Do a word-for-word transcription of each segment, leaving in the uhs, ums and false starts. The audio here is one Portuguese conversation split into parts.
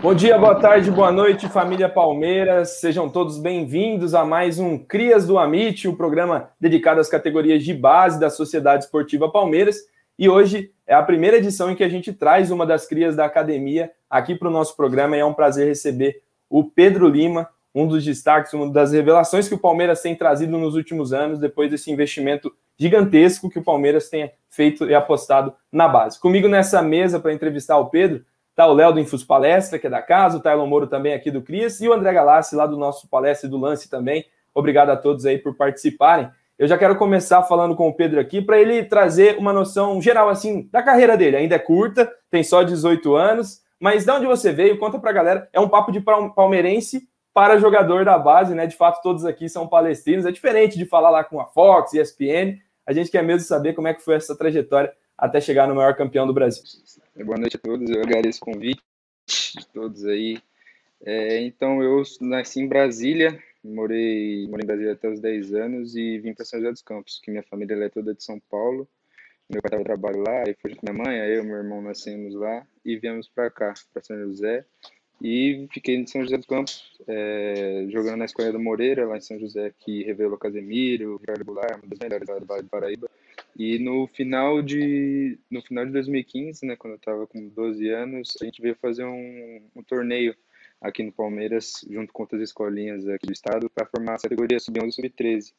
Bom dia, boa tarde, boa noite, família Palmeiras. Sejam todos bem-vindos a mais um Crias do Amit, o programa dedicado às categorias de base da Sociedade Esportiva Palmeiras. E hoje é a primeira edição em que a gente traz uma das crias da academia aqui para o nosso programa. E é um prazer receber o Pedro Lima, um dos destaques, uma das revelações que o Palmeiras tem trazido nos últimos anos, depois desse investimento gigantesco que o Palmeiras tem feito e apostado na base. Comigo nessa mesa para entrevistar o Pedro está o Léo do Infus Palestra, que é da casa, o Taylor Moro também aqui do Crias, e o André Galassi, lá do nosso Palestra e do Lance também. Obrigado a todos aí por participarem. Eu já quero começar falando com o Pedro aqui, para ele trazer uma noção geral, assim, da carreira dele. Ainda é curta, tem só dezoito anos, mas de onde você veio? Conta pra galera. É um papo de palmeirense para jogador da base, né? De fato, todos aqui são palestrinos. É diferente de falar lá com a Fox, E S P N. A gente quer mesmo saber como é que foi essa trajetória até chegar no maior campeão do Brasil. Boa noite a todos, eu agradeço o convite de todos aí. É, então, eu nasci em Brasília, morei, morei em Brasília até os dez anos e vim para São José dos Campos, que minha família é toda de São Paulo. Meu pai estava trabalho lá, aí foi junto com minha mãe, aí eu e meu irmão nascemos lá e viemos para cá, para São José. E fiquei em São José dos Campos, é, jogando na Escola do Moreira, lá em São José, que revelou Casemiro, Ricardo Goulart, uma das melhores lá do Vale do Paraíba. E no final de, no final de dois mil e quinze, né, quando eu estava com doze anos, a gente veio fazer um, um torneio aqui no Palmeiras, junto com outras escolinhas aqui do estado, para formar a categoria sub onze e sub treze.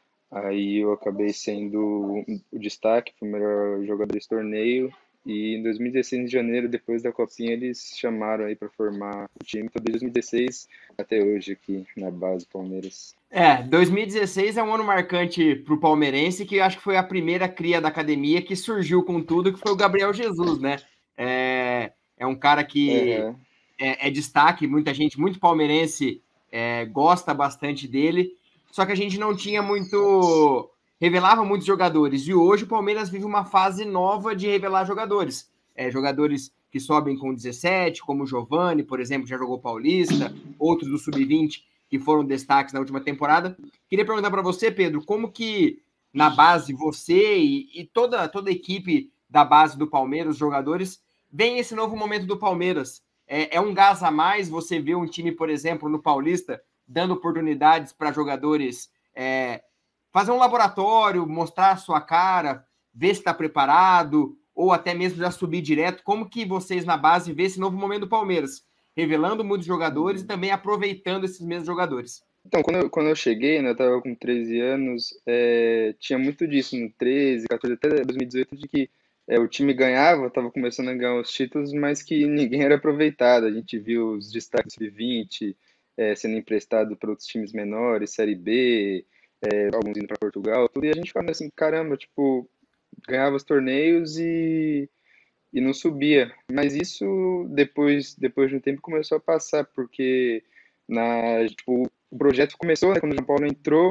Aí eu acabei sendo o destaque, fui o melhor jogador desse torneio. E em dois mil e dezesseis, em janeiro, depois da Copinha, eles chamaram aí para formar o time. Então, desde dois mil e dezesseis até hoje aqui na base do Palmeiras. É, dois mil e dezesseis é um ano marcante para o palmeirense, que eu acho que foi a primeira cria da academia que surgiu com tudo, que foi o Gabriel Jesus, né? É, é um cara que Uhum. é, é destaque, muita gente, muito palmeirense é, gosta bastante dele, só que a gente não tinha muito... revelava muitos jogadores, e hoje o Palmeiras vive uma fase nova de revelar jogadores. É, jogadores que sobem com dezessete, como o Giovani, por exemplo, que já jogou Paulista, outros do sub vinte que foram destaques na última temporada. Queria perguntar para você, Pedro, como que na base você e, e toda, toda a equipe da base do Palmeiras, os jogadores, vem esse novo momento do Palmeiras? É, é um gás a mais você ver um time, por exemplo, no Paulista, dando oportunidades para jogadores é, fazer um laboratório, mostrar a sua cara, ver se está preparado, ou até mesmo já subir direto. Como que vocês na base vê esse novo momento do Palmeiras? Revelando muitos jogadores e também aproveitando esses mesmos jogadores. Então, quando eu, quando eu cheguei, né, eu tava com treze anos, é, tinha muito disso no treze, quatorze, até dois mil e dezoito, de que é, o time ganhava, tava começando a ganhar os títulos, mas que ninguém era aproveitado. A gente viu os destaques sub vinte é, sendo emprestado para outros times menores, Série B, é, alguns indo para Portugal, tudo, e a gente ficava assim, caramba, tipo, ganhava os torneios e, e não subia. Mas isso, depois, depois de um tempo, começou a passar, porque na, tipo, o projeto começou, né, quando o João Paulo entrou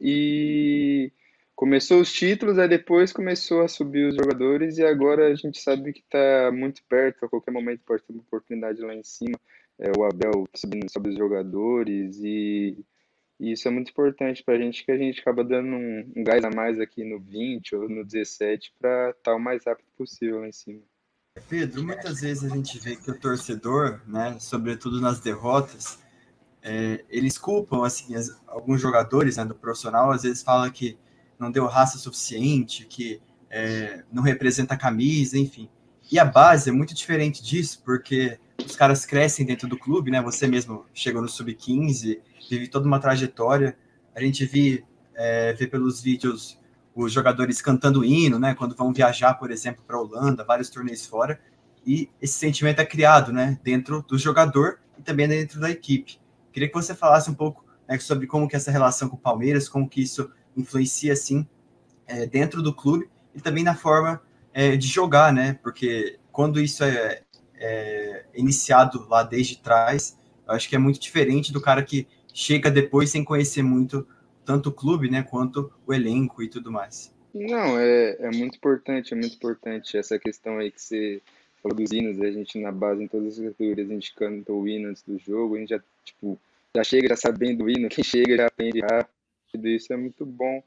e começou os títulos, aí depois começou a subir os jogadores e agora a gente sabe que está muito perto, a qualquer momento pode ter uma oportunidade lá em cima. É, o Abel subindo sobre os jogadores e, e isso é muito importante para a gente, que a gente acaba dando um, um gás a mais aqui no vinte ou no dezessete para estar o mais rápido possível lá em cima. Pedro, muitas vezes a gente vê que o torcedor, né, sobretudo nas derrotas, é, eles culpam assim, as, alguns jogadores, né, do profissional, às vezes falam que não deu raça suficiente, que é, não representa a camisa, enfim. E a base é muito diferente disso, porque os caras crescem dentro do clube, né? Você mesmo chegou no sub quinze, teve toda uma trajetória. A gente vê, é, vê pelos vídeos os jogadores cantando hino, né? Quando vão viajar, por exemplo, para a Holanda, vários torneios fora, e esse sentimento é criado, né? Dentro do jogador e também dentro da equipe. Queria que você falasse um pouco, né, sobre como que essa relação com o Palmeiras, como que isso influencia, assim, é, dentro do clube e também na forma é, de jogar, né? Porque quando isso é, é iniciado lá desde trás, eu acho que é muito diferente do cara que chega depois sem conhecer muito tanto o clube, né, quanto o elenco e tudo mais. Não, é, é muito importante, é muito importante essa questão aí que você falou dos hinos, a gente na base, em todas as categorias, a gente canta o hino antes do jogo, a gente já, tipo, já chega já sabendo o hino, quem chega já aprende rápido, isso é muito bom.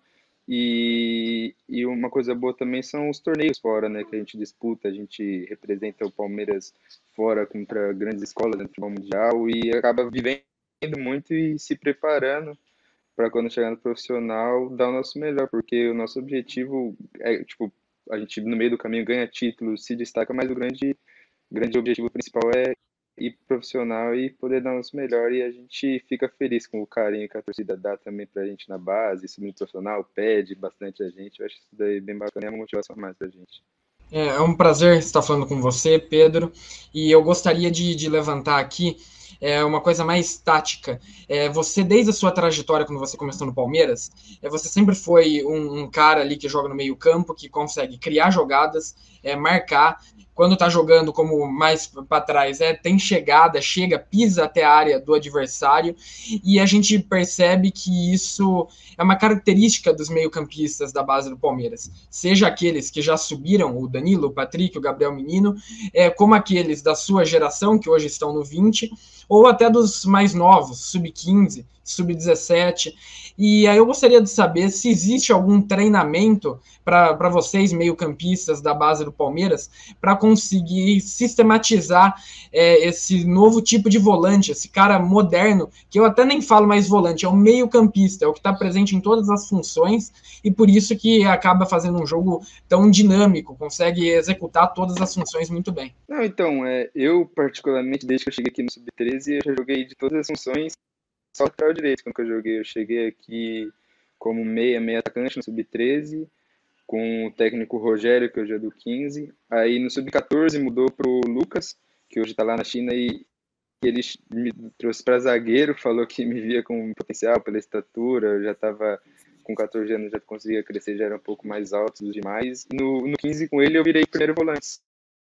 E, e uma coisa boa também são os torneios fora, né, que a gente disputa, a gente representa o Palmeiras fora contra grandes escolas no futebol mundial e acaba vivendo muito e se preparando para quando chegar no profissional dar o nosso melhor, porque o nosso objetivo é, tipo, a gente no meio do caminho ganha títulos, se destaca, mas o grande, grande objetivo principal é ir profissional e poder dar o nosso melhor, e a gente fica feliz com o carinho que a torcida dá também pra gente na base, isso no profissional, pede bastante a gente, eu acho isso daí bem bacana, é uma motivação a mais pra gente. É, é um prazer estar falando com você, Pedro, e eu gostaria de, de levantar aqui é, uma coisa mais tática. É, você, desde a sua trajetória, quando você começou no Palmeiras, é, você sempre foi um, um cara ali que joga no meio campo, que consegue criar jogadas, é, marcar. Quando tá jogando como mais para trás, é, tem chegada, chega, pisa até a área do adversário, e a gente percebe que isso é uma característica dos meio-campistas da base do Palmeiras, seja aqueles que já subiram, o Danilo, o Patrick, o Gabriel Menino, é, como aqueles da sua geração, que hoje estão no vinte, ou até dos mais novos, sub quinze, sub dezessete. E aí eu gostaria de saber se existe algum treinamento para vocês, meio-campistas da base do Palmeiras, para conseguir sistematizar é, esse novo tipo de volante, esse cara moderno, que eu até nem falo mais volante, é o meio-campista, é o que está presente em todas as funções, e por isso que acaba fazendo um jogo tão dinâmico, consegue executar todas as funções muito bem. Não, então, é, eu particularmente, desde que eu cheguei aqui no sub treze, eu já joguei de todas as funções, só lateral direito, quando eu joguei, eu cheguei aqui como meia, meia atacante no sub treze, com o técnico Rogério, que hoje é do quinze. Aí no sub quatorze mudou pro Lucas, que hoje está lá na China, e ele me trouxe para zagueiro, falou que me via com potencial pela estatura, eu já estava com quatorze anos, já conseguia crescer, já era um pouco mais alto dos demais. No, no quinze com ele eu virei primeiro volante,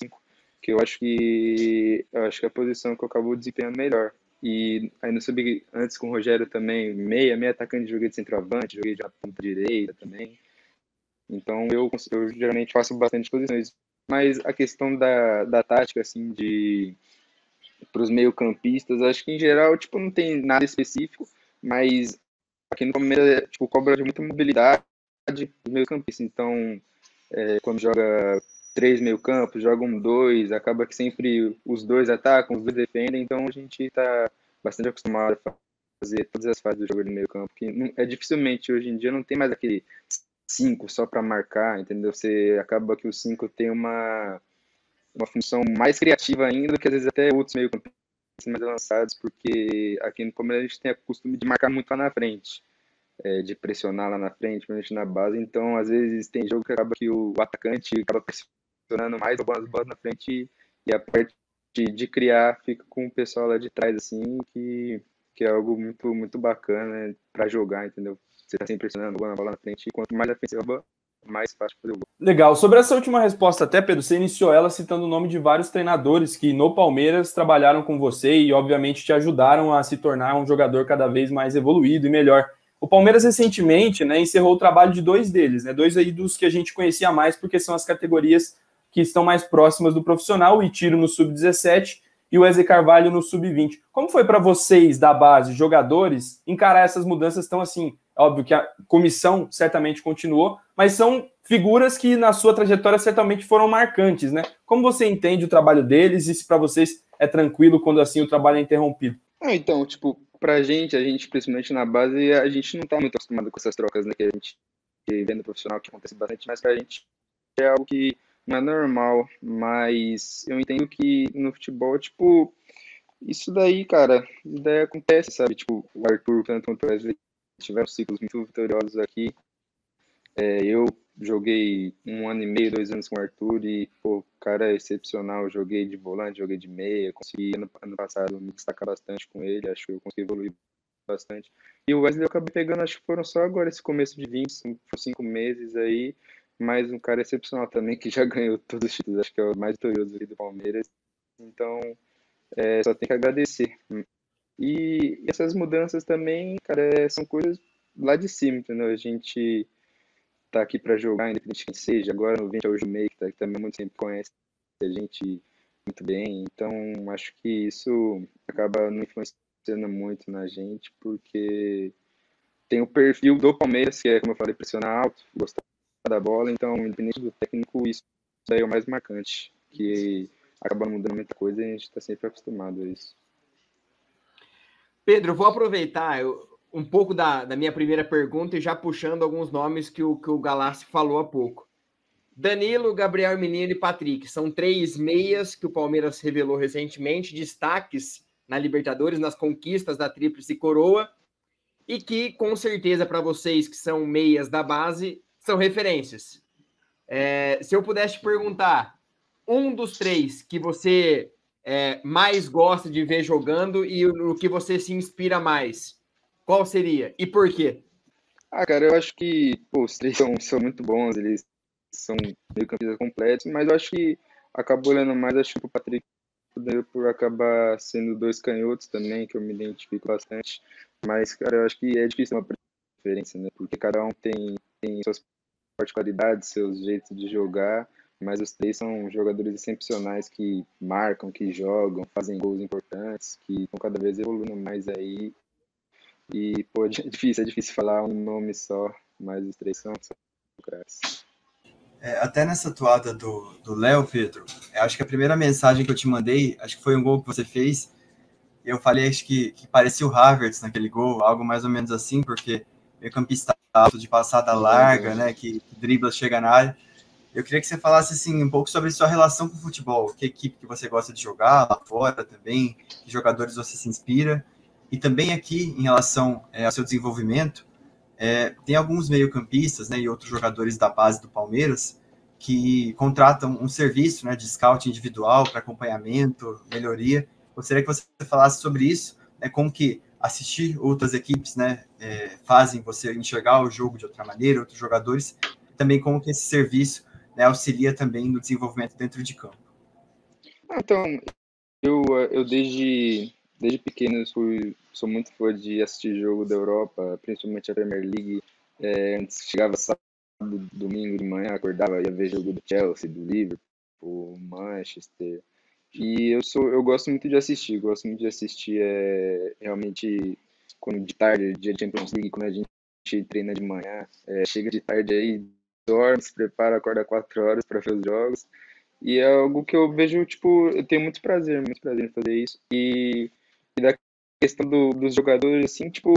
que eu acho que eu acho que é a posição que eu acabo desempenhando melhor. E aí no sub, antes com o Rogério também, meia, meia atacante, joguei de centroavante, joguei de ponta direita também. Então eu, eu geralmente faço bastante posições. Mas a questão da, da tática, assim, de para os meio-campistas, acho que em geral, tipo, não tem nada específico, mas aqui no Palmeiras, tipo, cobra de muita mobilidade do meio-campista. Então, é, quando joga três meio-campos, joga um dois, acaba que sempre os dois atacam, os dois defendem, então a gente está bastante acostumado a fazer todas as fases do jogo de meio-campo, que não, é dificilmente, hoje em dia, não tem mais aquele cinco só para marcar, entendeu? Você acaba que o cinco tem uma, uma função mais criativa ainda do que às vezes até outros meio-campistas mais avançados, porque aqui no Palmeiras a gente tem o costume de marcar muito lá na frente, é, de pressionar lá na frente, principalmente na base, então às vezes tem jogo que acaba que o atacante acaba pressionando mais, roubando as bolas na frente, e a parte de, de criar fica com o pessoal lá de trás, assim, que, que é algo muito, muito bacana para jogar, entendeu? Você está sempre pressionando, roubando a bola na frente, e quanto mais a frente você rouba, mais fácil fazer o gol. Legal. Sobre essa última resposta até, Pedro, você iniciou ela citando o nome de vários treinadores que no Palmeiras trabalharam com você e, obviamente, te ajudaram a se tornar um jogador cada vez mais evoluído e melhor. O Palmeiras, recentemente, né, encerrou o trabalho de dois deles, né, dois aí dos que a gente conhecia mais, porque são as categorias que estão mais próximas do profissional, o Itiro no sub dezessete e o Wesley Carvalho no sub vinte. Como foi para vocês, da base, jogadores, encarar essas mudanças tão assim? Óbvio que a comissão certamente continuou, mas são figuras que na sua trajetória certamente foram marcantes, né? Como você entende o trabalho deles e se para vocês é tranquilo quando assim o trabalho é interrompido? Ah, então, tipo, pra gente, a gente, principalmente na base, a gente não tá muito acostumado com essas trocas, né, que a gente vê no profissional, que acontece bastante, mas pra gente é algo que não é normal, mas eu entendo que no futebol, tipo, isso daí, cara, isso daí acontece, sabe? Tipo, o Arthur, tanto quanto o Wesley, tiveram ciclos muito vitoriosos aqui. É, eu joguei um ano e meio, dois anos com o Arthur e, pô, o cara é excepcional. Eu joguei de volante, joguei de meia, consegui ano, ano passado me destacar bastante com ele, acho que eu consegui evoluir bastante. E o Wesley eu acabei pegando, acho que foram só agora esse começo de vinte, cinco meses aí, mas um cara excepcional também, que já ganhou todos os títulos, acho que é o mais vitorioso aqui do Palmeiras. Então, é, só tem que agradecer. E essas mudanças também, cara, é, são coisas lá de cima, entendeu? A gente tá aqui para jogar, independente de quem seja. Agora no vinte é o Jumei, que, tá, que também muito tempo conhece a gente muito bem. Então, acho que isso acaba não influenciando muito na gente, porque tem o perfil do Palmeiras, que é, como eu falei, pressionar alto, gostar da bola, então, independente do técnico, isso daí é o mais marcante, que acaba mudando muita coisa e a gente está sempre acostumado a isso. Pedro, vou aproveitar eu, um pouco da, da minha primeira pergunta e já puxando alguns nomes que o, que o Galassi falou há pouco. Danilo, Gabriel Menino e Patrick, são três meias que o Palmeiras revelou recentemente, destaques na Libertadores, nas conquistas da Tríplice Coroa, e que, com certeza, para vocês que são meias da base, são referências. É, se eu pudesse te perguntar, um dos três que você é, mais gosta de ver jogando e o, o que você se inspira mais, qual seria e por quê? Ah, cara, eu acho que pô, os três são, são muito bons, eles são meio-campistas completos, mas eu acho que acabou olhando mais, acho que o Patrick por acabar sendo dois canhotos também, que eu me identifico bastante, mas, cara, eu acho que é difícil uma preferência, né, porque cada um tem, tem suas particularidades, seus jeitos de jogar, mas os três são jogadores excepcionais que marcam, que jogam, fazem gols importantes, que estão cada vez evoluindo mais aí. E, pô, é difícil, é difícil falar um nome só, mas os três são, são craques. É, até nessa toada do Léo, Pedro, eu acho que a primeira mensagem que eu te mandei, acho que foi um gol que você fez, eu falei, acho que, que parecia o Havertz naquele gol, algo mais ou menos assim, porque meio campista alto, de passada larga, né, que dribla, chega na área. Eu queria que você falasse, assim, um pouco sobre sua relação com o futebol, que equipe que você gosta de jogar lá fora também, que jogadores você se inspira, e também aqui, em relação é, ao seu desenvolvimento, é, tem alguns meio-campistas, né, e outros jogadores da base do Palmeiras que contratam um serviço, né, de scout individual para acompanhamento, melhoria. Gostaria que você falasse sobre isso, né, como que assistir outras equipes, né, é, fazem você enxergar o jogo de outra maneira, outros jogadores, também como que esse serviço, né, auxilia também no desenvolvimento dentro de campo. Então, eu, eu desde, desde pequeno fui, sou muito fã de assistir jogo da Europa, principalmente a Premier League. É, antes chegava sábado, domingo de manhã, acordava, ia ver jogo do Chelsea, do Liverpool, Manchester. E eu sou, eu gosto muito de assistir, gosto muito de assistir é, realmente quando de tarde, dia de Champions League, quando a gente treina de manhã, é, chega de tarde aí, dorme, se prepara, acorda quatro horas para ver os jogos. E é algo que eu vejo, tipo, eu tenho muito prazer, muito prazer em fazer isso. E, e da questão do, dos jogadores, assim, tipo,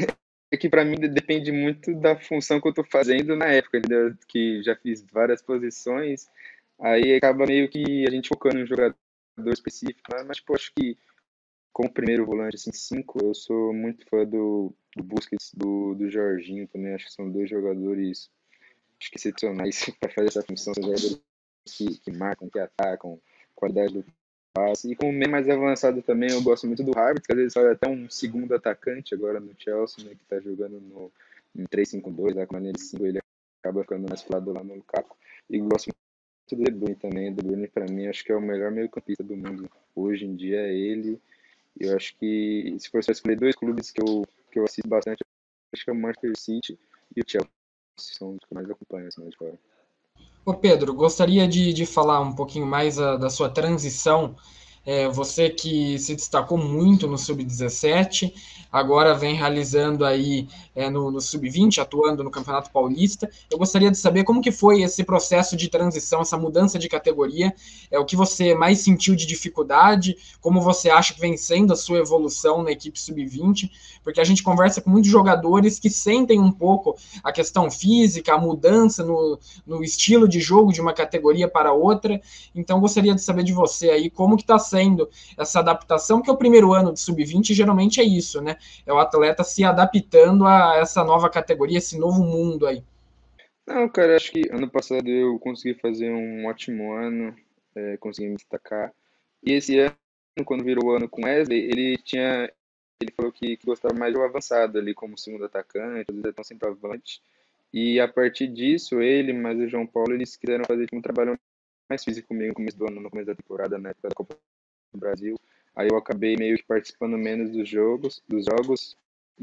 é que pra mim depende muito da função que eu tô fazendo na época, entendeu? Que já fiz várias posições, aí acaba meio que a gente focando em um jogador específico, né? Mas, tipo, acho que como primeiro volante, assim, cinco, eu sou muito fã do, do Busquets, do, do Jorginho também, acho que são dois jogadores, acho que excepcionais para fazer essa função, são jogadores que, que marcam, que atacam, qualidade do passe. E como meio mais avançado também, eu gosto muito do Havertz, que às vezes faz até um segundo atacante agora no Chelsea, né, que tá jogando no, no três cinco dois, né, com a linha de cinco, ele acaba ficando mais pro lado lá no Lukaku. E gosto muito do De Bruyne também. De Bruyne, para mim, acho que é o melhor meio-campista do mundo. Hoje em dia é ele. Eu acho que, se for só escolher dois clubes que eu, que eu assisto bastante, acho que é o Manchester City e o Chelsea. São os que eu mais acompanho, assim, de fora. Ô Pedro, gostaria de, de falar um pouquinho mais a, da sua transição. É, você que se destacou muito no sub dezessete, agora vem realizando aí é, no, no sub vinte, atuando no Campeonato Paulista. Eu gostaria de saber como que foi esse processo de transição, essa mudança de categoria, é o que você mais sentiu de dificuldade, como você acha que vem sendo a sua evolução na equipe sub vinte, porque a gente conversa com muitos jogadores que sentem um pouco a questão física, a mudança no, no estilo de jogo de uma categoria para outra. Então gostaria de saber de você aí como que está sendo essa adaptação, porque o primeiro ano de sub vinte geralmente é isso, né? É o atleta se adaptando a essa nova categoria, esse novo mundo aí. Não, cara, acho que ano passado eu consegui fazer um ótimo ano, é, consegui me destacar. E esse ano, quando virou o ano com Wesley, ele tinha, ele falou que, que gostava mais do avançado ali como segundo atacante, às vezes é sempre avante. E a partir disso, ele, mais o João Paulo, eles quiseram fazer tipo, um trabalho mais físico comigo no começo do ano, no começo da temporada, na época da Copa do Brasil. Aí eu acabei meio que participando menos dos jogos, dos jogos,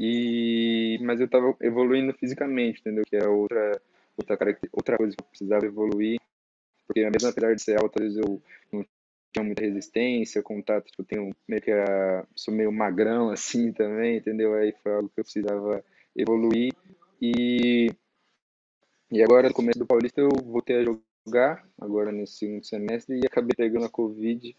e mas eu tava evoluindo fisicamente, entendeu? Que é outra outra outra coisa que eu precisava evoluir, porque mesmo apesar de ser alto, às vezes eu não tinha muita resistência, contato, tipo, eu tenho meio que a, sou meio magrão assim também, entendeu? Aí foi algo que eu precisava evoluir. E, e agora, no começo do Paulista, eu voltei a jogar, agora nesse segundo semestre, e acabei pegando a Covid.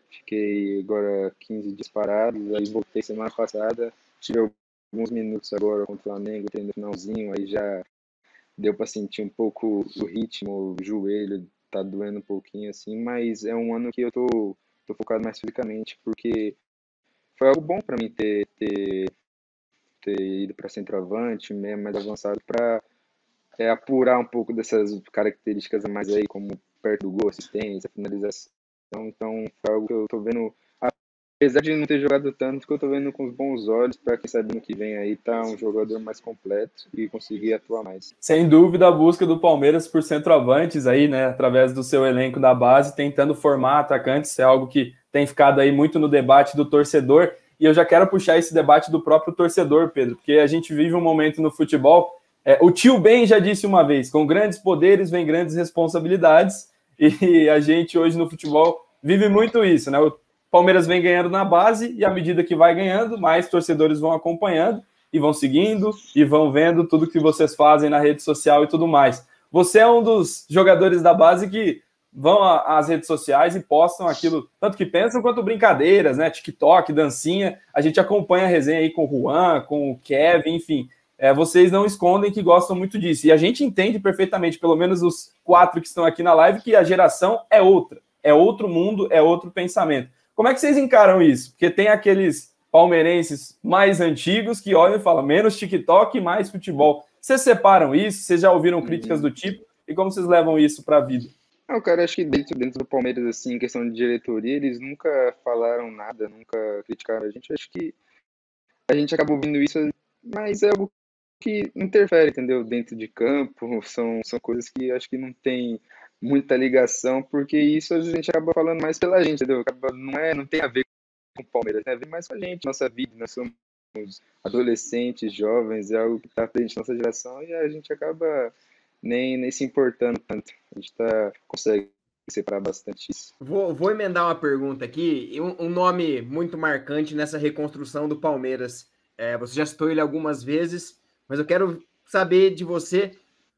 Fiquei agora quinze dias parado, aí voltei semana passada, tive alguns minutos agora contra o Flamengo, tem no finalzinho, aí já deu para sentir um pouco o ritmo, o joelho tá doendo um pouquinho assim, mas é um ano que eu tô, tô focado mais fisicamente, porque foi algo bom para mim ter, ter, ter ido para centroavante, mesmo mais avançado, para é, apurar um pouco dessas características a mais aí, como perto do gol, assistência, finalização. Então, foi algo que eu tô vendo, apesar de não ter jogado tanto, que eu tô vendo com os bons olhos, para quem sabe no que vem aí tá um jogador mais completo e conseguir atuar mais. Sem dúvida, a busca do Palmeiras por centroavantes aí, né, através do seu elenco da base, tentando formar atacantes, é algo que tem ficado aí muito no debate do torcedor, e eu já quero puxar esse debate do próprio torcedor, Pedro, porque a gente vive um momento no futebol, é, o tio Ben já disse uma vez, com grandes poderes vem grandes responsabilidades, e a gente hoje no futebol vive muito isso, né, o Palmeiras vem ganhando na base, e à medida que vai ganhando, mais torcedores vão acompanhando, e vão seguindo, e vão vendo tudo que vocês fazem na rede social e tudo mais. Você é um dos jogadores da base que vão às redes sociais e postam aquilo, tanto que pensam quanto brincadeiras, né? TikTok, dancinha. A gente acompanha a resenha aí com o Juan, com o Kevin, enfim. É, vocês não escondem que gostam muito disso. E a gente entende perfeitamente, pelo menos os quatro que estão aqui na live, que a geração é outra. É outro mundo, é outro pensamento. Como é que vocês encaram isso? Porque tem aqueles palmeirenses mais antigos que olham e falam menos TikTok e mais futebol. Vocês separam isso? Vocês já ouviram críticas do tipo? E como vocês levam isso para a vida? Não, cara, acho que dentro, dentro do Palmeiras, assim, em questão de diretoria, eles nunca falaram nada, nunca criticaram a gente. Acho que a gente acaba ouvindo isso, mas é algo que interfere, entendeu? Dentro de campo, são, são coisas que acho que não tem muita ligação, porque isso a gente acaba falando mais pela gente, entendeu? Acaba, não, é, não tem a ver com o Palmeiras, tem a ver mais com a gente, nossa vida, nós somos adolescentes, jovens, é algo que está presente na nossa geração e a gente acaba nem, nem se importando tanto. A gente tá, consegue separar bastante isso. Vou, vou emendar uma pergunta aqui, um, um nome muito marcante nessa reconstrução do Palmeiras. É, você já citou ele algumas vezes, mas eu quero saber de você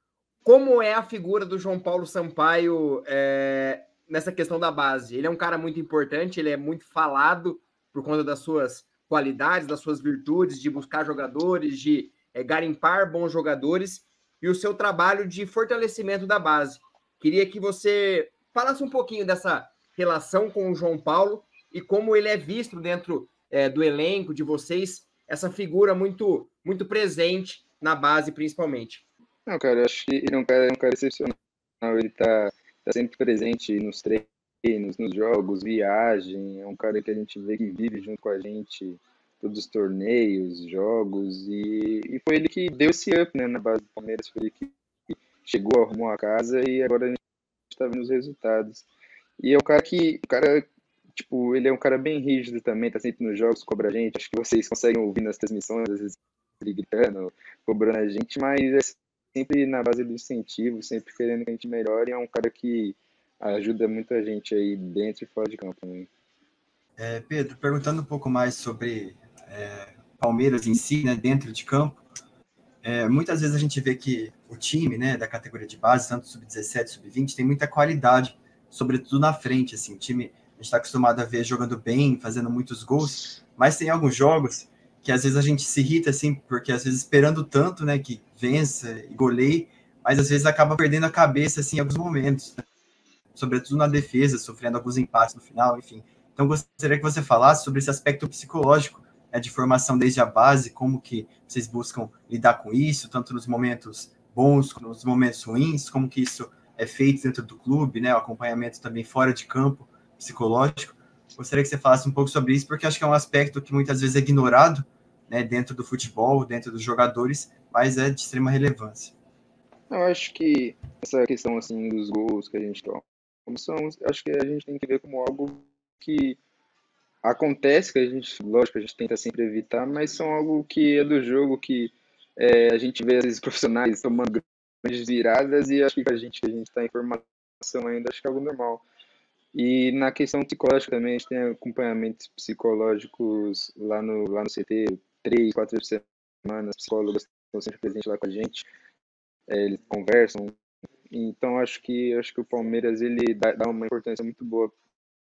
como é a figura do João Paulo Sampaio é, nessa questão da base. Ele é um cara muito importante, ele é muito falado por conta das suas qualidades, das suas virtudes, de buscar jogadores, de é, garimpar bons jogadores e o seu trabalho de fortalecimento da base. Queria que você falasse um pouquinho dessa relação com o João Paulo e como ele é visto dentro é, do elenco de vocês, essa figura muito, muito presente na base, principalmente. Não, cara, eu acho que ele é um cara, é um cara excepcional. Ele tá, tá sempre presente nos treinos, nos jogos, viagem. É um cara que a gente vê que vive junto com a gente todos os torneios, jogos. E, e foi ele que deu esse up, né, na base do Palmeiras. Foi ele que chegou, arrumou a casa e agora a gente tá vendo os resultados. E é um cara que, o cara, tipo, ele é um cara bem rígido também, tá sempre nos jogos, cobra a gente. Acho que vocês conseguem ouvir nas transmissões, às vezes ele gritando, cobrando a gente, mas é sempre na base do incentivo, sempre querendo que a gente melhore. E é um cara que ajuda muita gente aí dentro e fora de campo também. É, Pedro, perguntando um pouco mais sobre é, Palmeiras em si, né, dentro de campo, é, muitas vezes a gente vê que o time, né, da categoria de base, tanto sub dezessete, sub vinte, tem muita qualidade, sobretudo na frente, assim, o time, a gente está acostumado a ver jogando bem, fazendo muitos gols, mas tem alguns jogos que às vezes a gente se irrita, assim, porque às vezes esperando tanto, né, que vença e goleie, mas às vezes acaba perdendo a cabeça, assim, em alguns momentos, né? Sobretudo na defesa, sofrendo alguns empates no final, enfim. Então, gostaria que você falasse sobre esse aspecto psicológico, né, de formação desde a base, como que vocês buscam lidar com isso, tanto nos momentos bons, como nos momentos ruins, como que isso é feito dentro do clube, né, o acompanhamento também fora de campo, psicológico. Gostaria que você falasse um pouco sobre isso, porque acho que é um aspecto que muitas vezes é ignorado, né, dentro do futebol, dentro dos jogadores, mas é de extrema relevância. Eu acho que essa questão assim dos gols que a gente toma, são, acho que a gente tem que ver como algo que acontece, que a gente, lógico, a gente tenta sempre evitar, mas são algo que é do jogo, que é, a gente vê às vezes profissionais tomando grandes viradas e acho que a gente, que a gente está em formação ainda, acho que é algo normal. E na questão psicológica também, a gente tem acompanhamentos psicológicos lá no, lá no C T, três, quatro vezes por semana, psicólogas estão sempre presentes lá com a gente, é, eles conversam. Então acho que acho que o Palmeiras ele dá, dá uma importância muito boa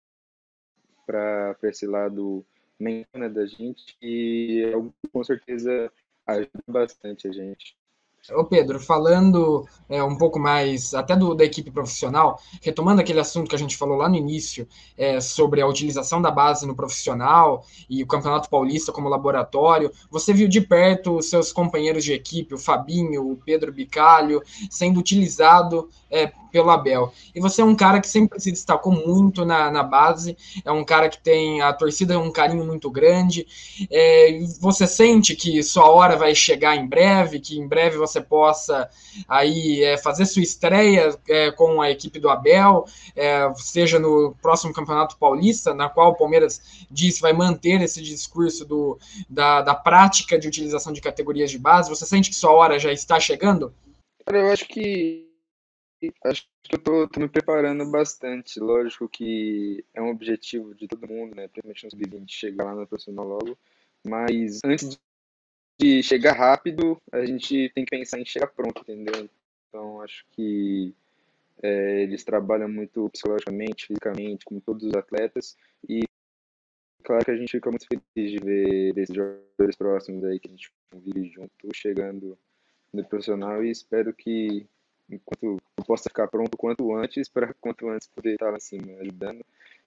para esse lado mental, né, da gente, e é algo que com certeza ajuda bastante a gente. Ô Pedro, falando é, um pouco mais até do, da equipe profissional, retomando aquele assunto que a gente falou lá no início, é, sobre a utilização da base no profissional e o Campeonato Paulista como laboratório, você viu de perto os seus companheiros de equipe, o Fabinho, o Pedro Bicalho, sendo utilizado é, pelo Abel. E você é um cara que sempre se destacou muito na, na base, é um cara que tem a torcida um carinho muito grande. É, você sente que sua hora vai chegar em breve, que em breve você possa aí é, fazer sua estreia é, com a equipe do Abel, é, seja no próximo Campeonato Paulista, na qual o Palmeiras diz que vai manter esse discurso do, da, da prática de utilização de categorias de base. Você sente que sua hora já está chegando? Cara, eu acho que acho que eu tô, tô me preparando bastante. Lógico que é um objetivo de todo mundo, né? Principalmente no sub vinte, chegar lá no profissional logo. Mas antes de chegar rápido, a gente tem que pensar em chegar pronto, entendeu? Então, acho que é, eles trabalham muito psicologicamente, fisicamente, como todos os atletas. E claro que a gente fica muito feliz de ver esses jogadores próximos aí que a gente convive junto, chegando no profissional, e espero que enquanto eu possa ficar pronto quanto antes, para quanto antes poder estar lá em cima, ajudando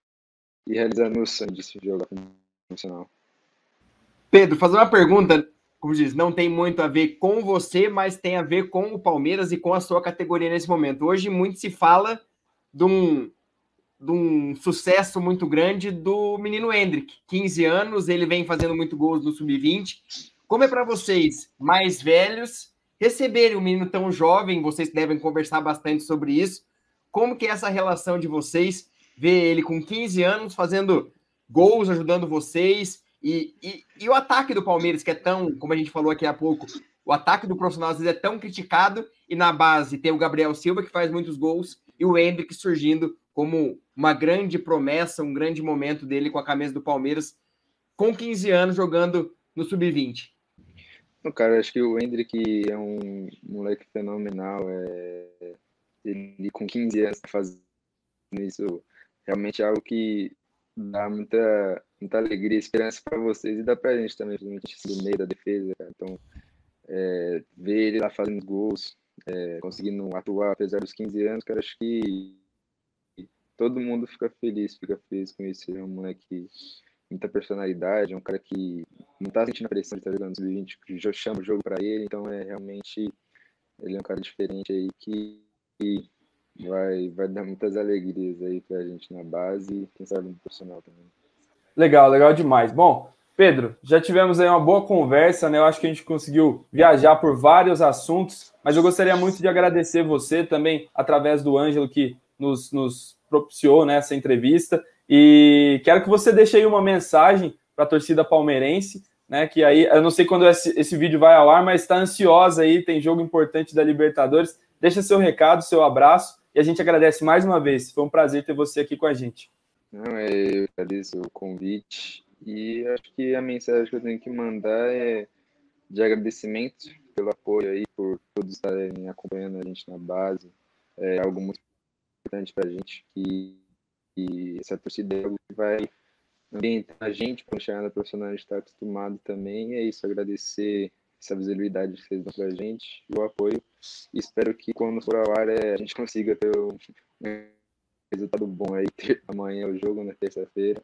e realizando meu sonho de se jogar profissional. Pedro, fazer uma pergunta, como diz, não tem muito a ver com você, mas tem a ver com o Palmeiras e com a sua categoria nesse momento. Hoje muito se fala de um, de um sucesso muito grande do menino Endrick, quinze anos, ele vem fazendo muito gols no sub vinte. Como é para vocês, mais velhos, receberem um menino tão jovem? Vocês devem conversar bastante sobre isso. Como que é essa relação de vocês, ver ele com quinze anos fazendo gols, ajudando vocês, e, e, e o ataque do Palmeiras, que é tão, como a gente falou aqui há pouco, o ataque do profissional às vezes é tão criticado, e na base tem o Gabriel Silva, que faz muitos gols, e o Endrick surgindo como uma grande promessa, um grande momento dele com a camisa do Palmeiras, com quinze anos, jogando no sub vinte. No cara, acho que o Endrick é um moleque fenomenal. É... Ele com quinze anos fazendo isso realmente é algo que dá muita, muita alegria e esperança para vocês e dá para a gente também, principalmente do meio da defesa, cara. Então, é, ver ele lá fazendo gols, é, conseguindo atuar apesar dos quinze anos, cara, acho que todo mundo fica feliz, fica feliz com isso. Ele é um moleque muita personalidade, é um cara que não tá sentindo a pressão de estar jogando no sub vinte, que já chama o jogo para ele, então é realmente, ele é um cara diferente aí que, que vai, vai dar muitas alegrias aí pra gente na base e quem sabe no profissional também. Legal, legal demais. Bom, Pedro, já tivemos aí uma boa conversa, né? Eu acho que a gente conseguiu viajar por vários assuntos, mas eu gostaria muito de agradecer você também, através do Ângelo, que nos, nos propiciou, né, essa entrevista. E quero que você deixe aí uma mensagem para a torcida palmeirense, né? Que aí, eu não sei quando esse, esse vídeo vai ao ar, mas está ansiosa aí, tem jogo importante da Libertadores. Deixa seu recado, seu abraço, e a gente agradece mais uma vez. Foi um prazer ter você aqui com a gente. Não, eu agradeço o convite e acho que a mensagem que eu tenho que mandar é de agradecimento pelo apoio aí, por todos estarem acompanhando a gente na base. É algo muito importante para a gente, que, que essa torcida é algo que vai ambientar a gente para chegar na profissional, a gente está acostumado também. É isso, agradecer essa visibilidade que vocês dão para a gente, o apoio, e espero que quando for ao ar é, a gente consiga ter um resultado bom aí, ter amanhã o jogo na terça-feira,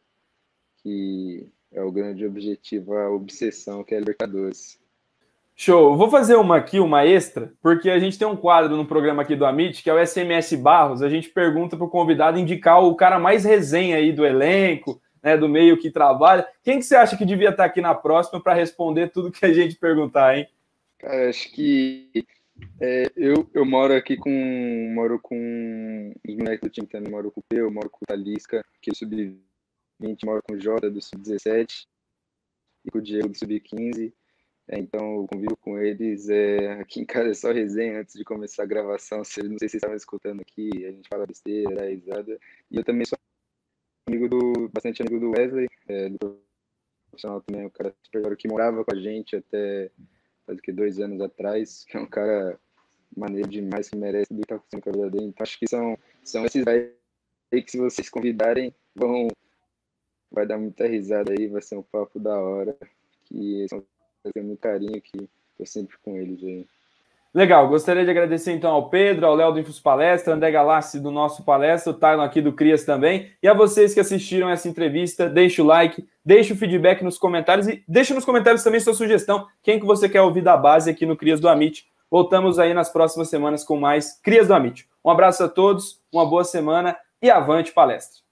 que é o grande objetivo, a obsessão que é a Libertadores. Show! Eu vou fazer uma aqui, uma extra, porque a gente tem um quadro no programa aqui do Amit, que é o S M S Barros. A gente pergunta para o convidado indicar o cara mais resenha aí do elenco, né, do meio que trabalha. Quem que você acha que devia estar aqui na próxima para responder tudo que a gente perguntar, hein? Cara, acho que é, eu, eu moro aqui com moro com os moleques do time também, moro com o Peu, eu moro com o Talisca, que é do sub vinte, moro com o Jota do sub dezessete e com o Diego do sub quinze. É, então eu convivo com eles. É, aqui em casa é só resenha antes de começar a gravação. Não sei se vocês estavam escutando aqui, a gente fala besteira, dá risada. E eu também sou amigo do, bastante amigo do Wesley, é, do profissional também, o cara super que morava com a gente até faz que dois anos atrás, que é um cara maneiro demais, que merece tudo que tá acontecendo com a vida dele. Então acho que são, são esses aí que se vocês convidarem, vão, vai dar muita risada aí, vai ser um papo da hora, que são vai ter muito carinho, que tô sempre com eles aí. Legal, gostaria de agradecer então ao Pedro, ao Léo do Infos Palestra, André Galassi do nosso Palestra, o Tylon aqui do Crias também, e a vocês que assistiram essa entrevista, deixa o like, deixa o feedback nos comentários e deixa nos comentários também sua sugestão, quem que você quer ouvir da base aqui no Crias do Amit. Voltamos aí nas próximas semanas com mais Crias do Amit. Um abraço a todos, uma boa semana e avante palestra!